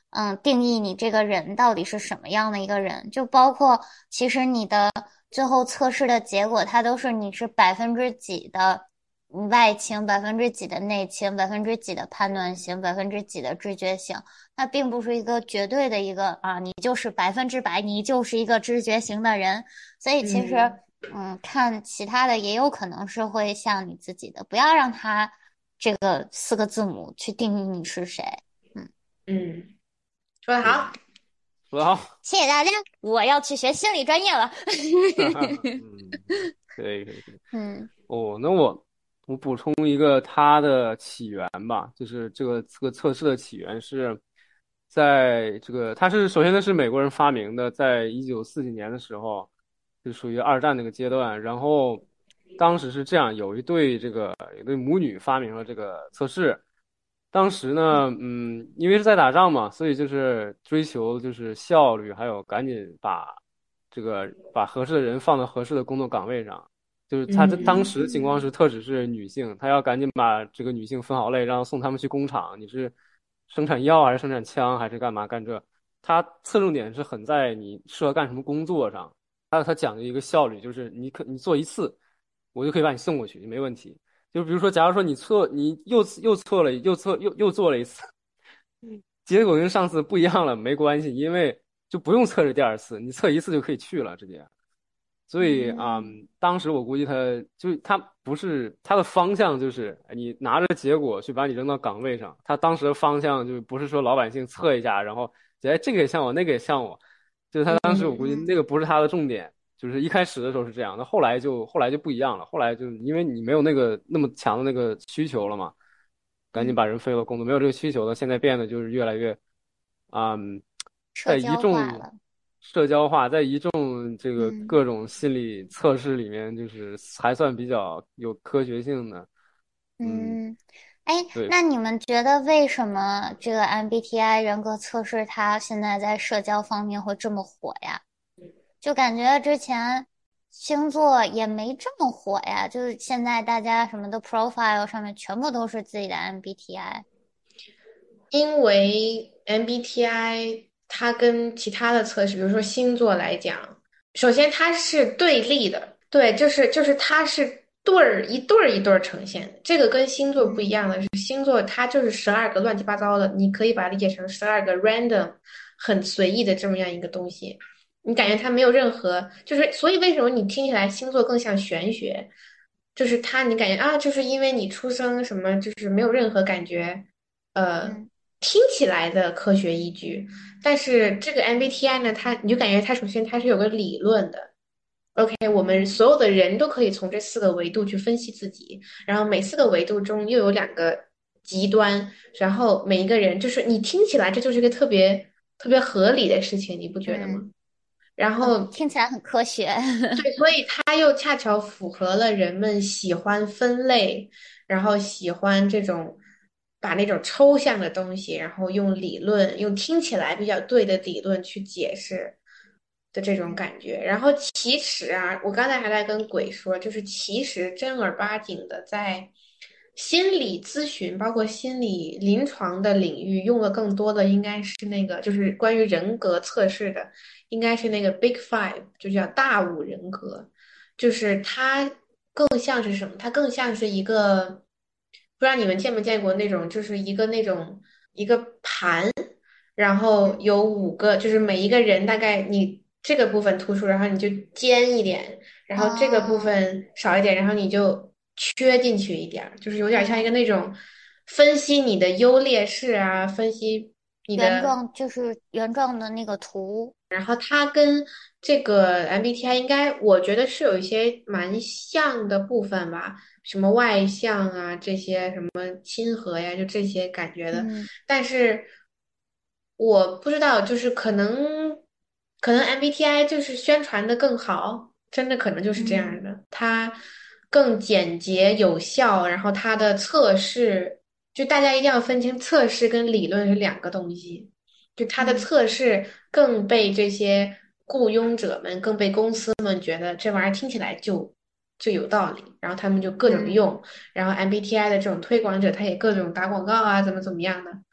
嗯，定义你这个人到底是什么样的一个人，就包括其实你的最后测试的结果，它都是你是百分之几的外倾，百分之几的内倾，百分之几的判断型，百分之几的知觉型，它并不是一个绝对的一个啊，你就是百分之百，你就是一个知觉型的人。所以其实， 嗯嗯，看其他的也有可能是会像你自己的，不要让它这个四个字母去定义你是谁。嗯， 嗯，说得对， 好。 说得好。 谢谢大家，我要去学心理专业了。 嗯，可以可以可以。 嗯哦，那我我补充一个它的起源吧，就是这个这个测试的起源是在这个，它是首先它是美国人发明的，在一九四几年的时候，就属于二战那个阶段。然后当时是这样，有一对这个有一对母女发明了这个测试。当时呢，嗯，因为是在打仗嘛，所以就是追求就是效率，还有赶紧把这个把合适的人放到合适的工作岗位上。就是他这当嗯时的情况是，特指是女性，他要赶紧把这个女性分好类，然后送她们去工厂。你是生产药还是生产枪还是干嘛干这？他侧重点是很在你适合干什么工作上。还有他讲的一个效率，就是你可你做一次，我就可以把你送过去，没问题。就比如说，假如说你错，你又又错了，又错又又做了一次，结果跟上次不一样了，没关系，因为就不用测试第二次，你测一次就可以去了，直接。所以啊、 嗯嗯当时我估计他就他不是他的方向就是哎你拿着结果去把你扔到岗位上，他当时的方向就不是说老百姓测一下，然后觉得哎这个也像我，那个也像我，就是他当时我估计嗯那个不是他的重点，就是一开始的时候是这样，那后来就后来就不一样了，后来就因为你没有那个那么强的那个需求了嘛，赶紧把人分了工作，没有这个需求了，现在变得就是越来越，嗯，在一社交化众了。 社交化，在一众这个嗯各种心理测试里面，就是还算比较有科学性的。嗯， 嗯，哎， 对。 那你们觉得为什么这个 M B T I 人格测试它现在在社交方面会这么火呀？就感觉之前星座也没这么火呀，就是现在大家什么的 profile 上面全部都是自己的 M B T I。 因为 M B T I 它跟其他的测试，比如说星座来讲，首先它是对立的，对，就是就是它是对儿一对儿一对儿呈现的，这个跟星座不一样的是，星座它就是十二个乱七八糟的，你可以把它理解成十二个 random 很随意的这么样一个东西，你感觉它没有任何，就是所以为什么你听起来星座更像玄学？就是它，你感觉啊，就是因为你出生什么，就是没有任何感觉，呃， 嗯听起来的科学依据。但是这个 M B T I 呢，它你就感觉它首先它是有个理论的。OK，我们嗯所有的人都可以从这四个维度去分析自己，然后每四个维度中又有两个极端，然后每一个人就是你听起来这就是一个特别特别合理的事情，你不觉得吗？ 嗯然后嗯，听起来很科学。 对，所以它又恰巧符合了人们喜欢分类，然后喜欢这种把那种抽象的东西，然后用理论，用听起来比较对的理论去解释的这种感觉。然后其实啊，我刚才还在跟鬼说，就是其实正儿八经的在心理咨询，包括心理临床的领域用的更多的应该是那个，就是关于人格测试的。应该是那个 Big Five，就叫大五人格，就是它更像是什么？它更像是一个，不知道你们见没见过那种，就是一个那种一个盘，然后有五个，就是每一个人大概你这个部分突出，然后你就尖一点，然后这个部哦， 分少一点，然后你就缺进去一点儿，就是有点像一个嗯， 那种分析你的优劣势啊，分析你原的。 状就是原状的那个图。 然后它跟这个 M B T I 应该，我觉得是有一些蛮像的部分吧，什么外向啊，这些什么亲和呀，就这些感觉的。 嗯但是我不知道，就是可能可能 M B T I 就是宣传的更好，真的可能就是这样嗯的，它更简洁有效，然后它的测试，就大家一定要分清测试跟理论是两个东西。就它的嗯测试更被这些雇佣者们、更被公司们觉得这玩意儿听起来就就有道理，然后他们就各种嗯用，然后 M B T I 的这种推广者他也各种打广告啊，怎么怎么样的。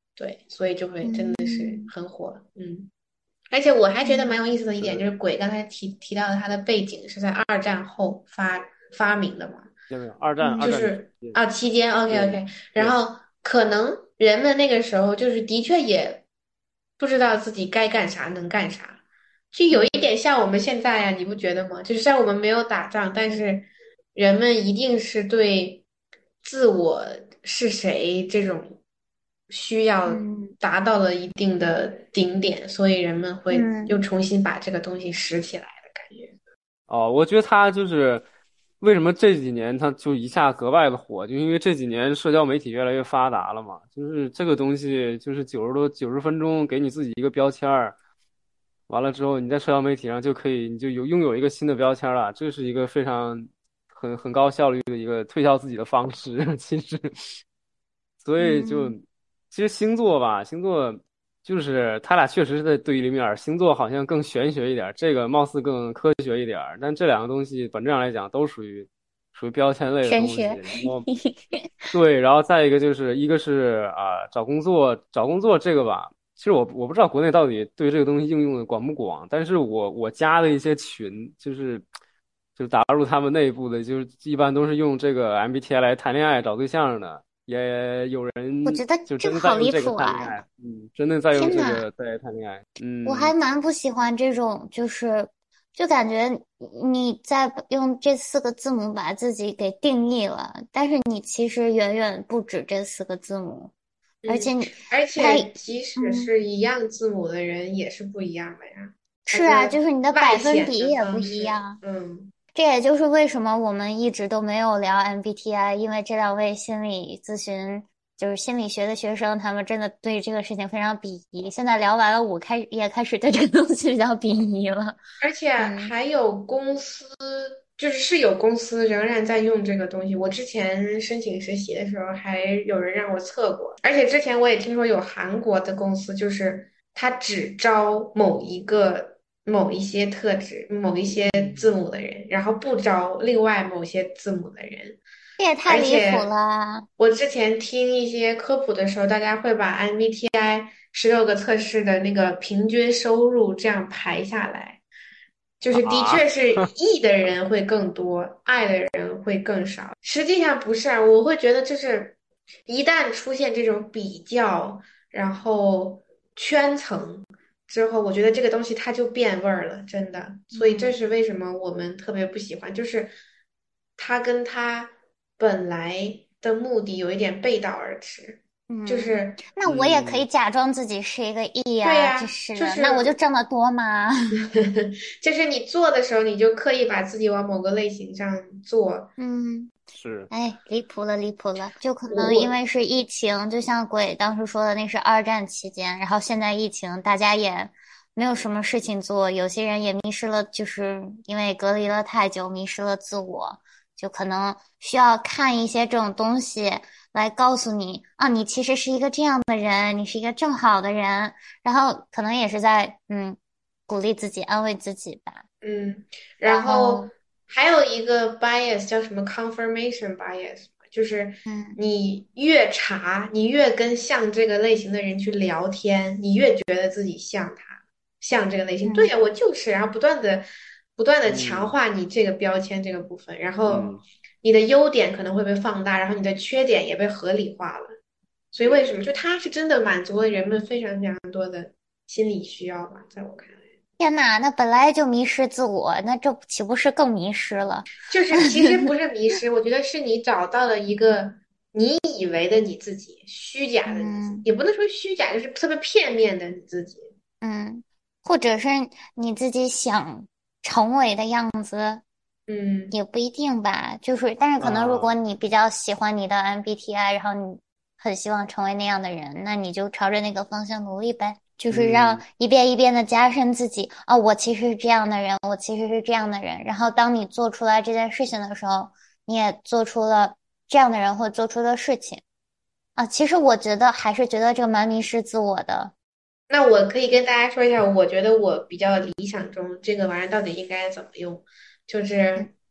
对，所以就会真的是嗯很火。嗯，而且我还觉得蛮嗯有意思的一点， 是就是鬼刚才提提到的，它的背景是在二战后发发明的嘛。 有没有二战嗯二战就是期间啊期间，OK 对 OK，然对后可能人们那个时候就是的确也不知道自己该干啥能干啥，就有一点像我们现在呀，你不觉得吗？就是虽然我们没有打仗，但是人们一定是对自我是谁这种需要嗯达到了一定的顶点，所以人们会又嗯重新把这个东西拾起来的感觉。 哦，我觉得他就是为什么这几年他就一下格外的火，就因为这几年社交媒体越来越发达了嘛，就是这个东西就是九十多九十分钟给你自己一个标签儿，完了之后你在社交媒体上就可以你就有拥有一个新的标签了，这是一个非常很很高效率的一个推销自己的方式，其实。所以就嗯其实星座吧，星座就是他俩确实是在对立面儿，星座好像更玄学一点儿，这个貌似更科学一点儿，但这两个东西本质上来讲都属于属于标签类的东西。 玄学。 然后对，然后再一个就是一个是啊、找工作找工作这个吧，其实我我不知道国内到底对这个东西应用的广不广，但是我我加的一些群就是就是打入他们内部的，就是一般都是用这个 M B T I 来谈恋爱找对象的。也有人我觉得就真的在这个好离用这个谱啊！ 谈恋爱，嗯，真的在用天呐， 这个在谈恋爱， 我还嗯蛮不喜欢这种，就是就感觉你在用这四个字母把自己给定义了，但是你其实远远不止这四个字母，而嗯， 且你而它， 且即使嗯， 是一样字母的人也是不一样的呀，他是啊， 的就是你的百分外显的比也不方式， 一样。 嗯这也就是为什么我们一直都没有聊 M B T I，因为这两位心理咨询就是心理学的学生，他们真的对这个事情非常鄙夷。现在聊完了，我开也开始对这个东西比较鄙夷了。 而且嗯还有公司，就是是有公司仍然在用这个东西。我之前申请实习的时候，还有人让我测过。而且之前我也听说有韩国的公司，就是他只招某一个、某一些特质、某一些字母的人，然后不招另外某些字母的人。 这也太而离谱且了。 我之前听一些科普的时候，大家会把 M B T I 十六个测试的那个平均收入这样排下来，就是的啊， 确是 E 的人会更多，I 的人会更少。实际上不是啊，我会觉得就是一旦出现这种比较，然后圈层之后，我觉得这个东西它就变味儿了，真的。所以这嗯是为什么我们特别不喜欢，就是它跟它本来的目的有一点背道而驰，就嗯， 是那我也可以嗯假装自己是一个 E 呀，真对呀， 是的，那我就就是挣得多吗？ 就是你做的时候，你就刻意把自己往某个类型上做。 嗯。 是， 哎，离谱了，离谱了！就可我我能因为是疫情，就像鬼当时说的，那是二战期间，然后现在疫情，大家也没有什么事情做，有些人也迷失了，就是因为隔离了太久，迷失了自我，就可能需要看一些这种东西来告诉你啊，你其实是一个这样的人，你是一个正好的人，然后可能也是在嗯鼓励自己，安慰自己吧。 嗯，然然后后还有一个 bias 叫什么 confirmation bias，就是嗯你越查，你越跟像这个类型的人去聊天，你越觉得自己像他，像这个类型。对嗯呀，我就是，然后不断的不断的强嗯化你这个标签这个部分，然后嗯你的优点可能会被放大，然后你的缺点也被合理化了。所以为什么？就它是真的满足了人们非常非常多的心理需要吧，在我看来。 天呐，那本来就迷失自我，那这岂不是更迷失了？ 就是其实不是迷失，我觉得是你找到了一个你以为的你自己，虚假的你自己， 嗯也不能说虚假，就是特别片面的你自己。 嗯，或者是你自己想成为的样子， 嗯也不一定吧。就是，但是可能如啊， 果你比较喜欢你的 M B T I，然后你很希望成为那样的人，那你就朝着那个方向努力呗。就是让嗯一遍一遍的加深自己啊，我其实是这样的人，我其实是这样的人。然后当你做出来这件事情的时候，你也做出了这样的人或做出的事情啊。其实我觉得还是觉得这个蛮迷失自我的。 那我可以跟大家说一下，我觉得我比较理想中这个玩意儿到底应该怎么用，就是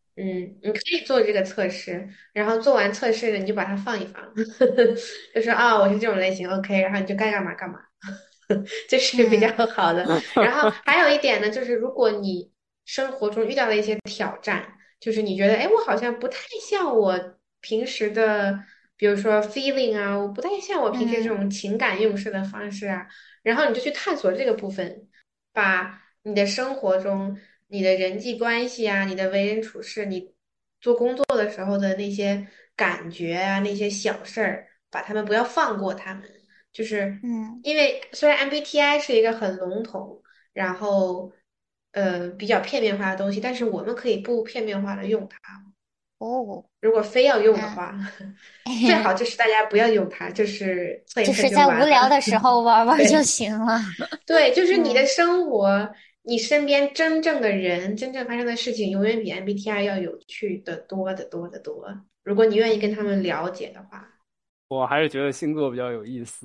嗯，你可以做这个测试，然后做完测试呢，你就把它放一放，就说啊、我是这种类型，OK，然后你就该干嘛干嘛，这是比较嗯好的。然后还有一点呢，就是如果你生活中遇到了一些挑战，就是你觉得，哎，我好像不太像我平时的，比如说 feeling 啊，我不太像我平时这嗯种情感用事的方式啊，然后你就去探索这个部分，把你的生活中、你的人际关系啊、你的为人处事、你做工作的时候的那些感觉啊、那些小事儿，把他们不要放过他们。就是嗯因为虽然 M B T I 是一个很笼统，然后呃比较片面化的东西，但是我们可以不片面化的用它。 哦， 如果非要用的那话，最好就是大家不要用它，就是测一测就是在无就完了。 聊的时候玩玩就对行了。 对，就是你的嗯生活，你身边真正的人，真正发生的事情，永远比 M B T I 要有趣的多得多得多。如果你愿意跟他们了解的话。 我还是觉得星座比较有意思。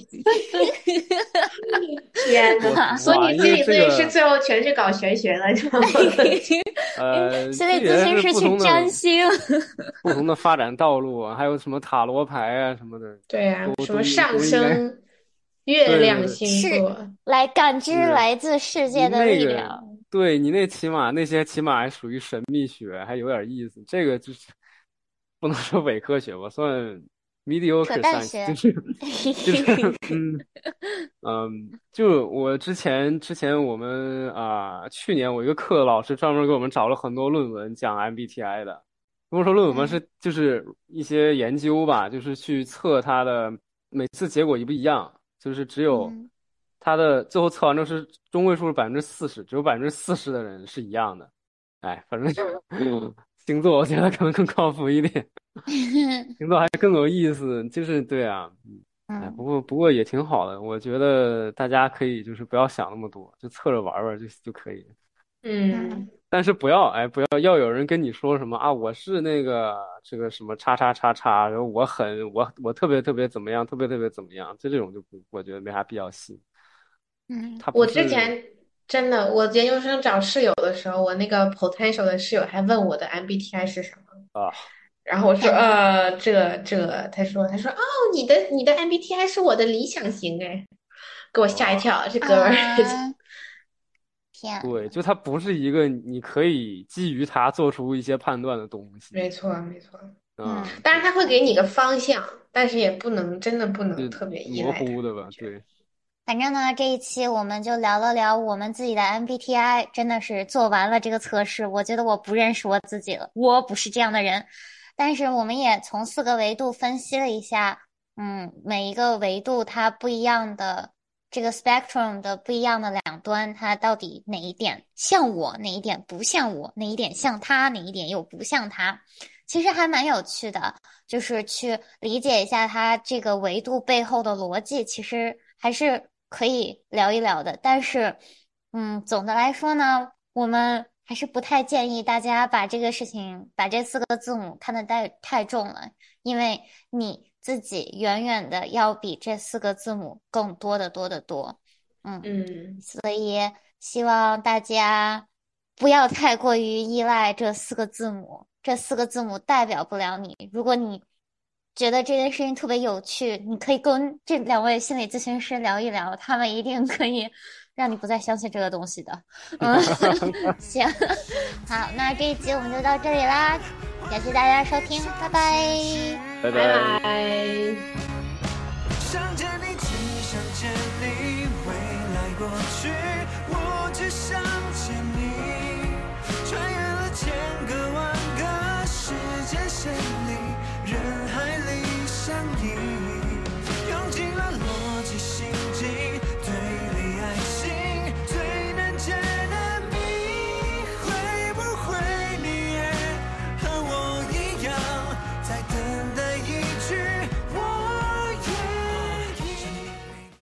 天呐， 我服啊， 所以你因为心理咨询师这个最后全是搞玄学了，知道吗？ 呃， 心理咨这也是询师去不同的占星。 不同的发展道路啊，还有什么塔罗牌啊什么的， 对啊， 都什么上都应都应该。 升、月对对对， 亮星是座， 来感知是来自世你界的那个， 力量。 对你那起码那些起码还属于神秘学，还有点意思。这个就是不能说伪科学吧，算扯 mediocre 淡 science，就学。 是就是嗯嗯，就我之前之前我们啊、去年我一个课老师专门给我们找了很多论文讲 M B T I 的，不是说论文嘛， 嗯是就是一些研究吧，就是去测它的每次结果一不一样，就是只有嗯它的最后测完之后是中位数是百分之四十，只有百分之四十的人是一样的。哎，反正星座我觉得可能更靠谱一点，星座还更有意思，就是对啊。哎，不嗯过不过也挺好的，我觉得大家可以就是不要想那么多，就测着玩玩就就可以了。 嗯， 嗯但是不要哎，不要要有人跟你说什么啊，我是那个这个什么叉叉叉叉，然后我很我我特别特别怎么样，特别特别怎么样，就这种就不，我觉得没啥必要信。 嗯他不我之是前真的，我研究生找室友的时候，我那个 potential 的室友还问我的 M B T I 是什么， 啊， 然后我说天呐。 呃，这这，他说他说哦，你的你的 M B T I 是我的理想型哎，给我吓一哇， 跳，这哥们儿。 啊，天对， 呐。 就它不是一个你可以基于它做出一些判断的东西。 没错没错， 嗯啊， 当然对， 他会给你个方向，但是也不能真的不能就特别依模赖他， 糊的吧， 我觉得。 对。 反正呢，这一期我们就聊了聊我们自己的 M B T I，真的是做完了这个测试，我觉得我不认识我自己了，我不是这样的人。但是我们也从四个维度分析了一下，嗯，每一个维度它不一样的这个 spectrum 的不一样的两端，它到底哪一点像我，哪一点不像我，哪一点像他，哪一点又不像他，其实还蛮有趣的。就是去理解一下它这个维度背后的逻辑，其实还是可以聊一聊的。但是，嗯，总的来说呢，我们还是不太建议大家把这个事情，把这四个字母看得太太重了，因为你自己远远的要比这四个字母更多得多得多。嗯， 嗯所以希望大家不要太过于依赖这四个字母，这四个字母代表不了你。如果你觉得这件事情特别有趣，你可以跟这两位心理咨询师聊一聊，他们一定可以让你不再相信这个东西的。嗯，行，好，那这一集我们就到这里啦，感谢大家收听，拜拜。 拜拜拜。 拜。 想着你，只想着你，未来过去，我只想。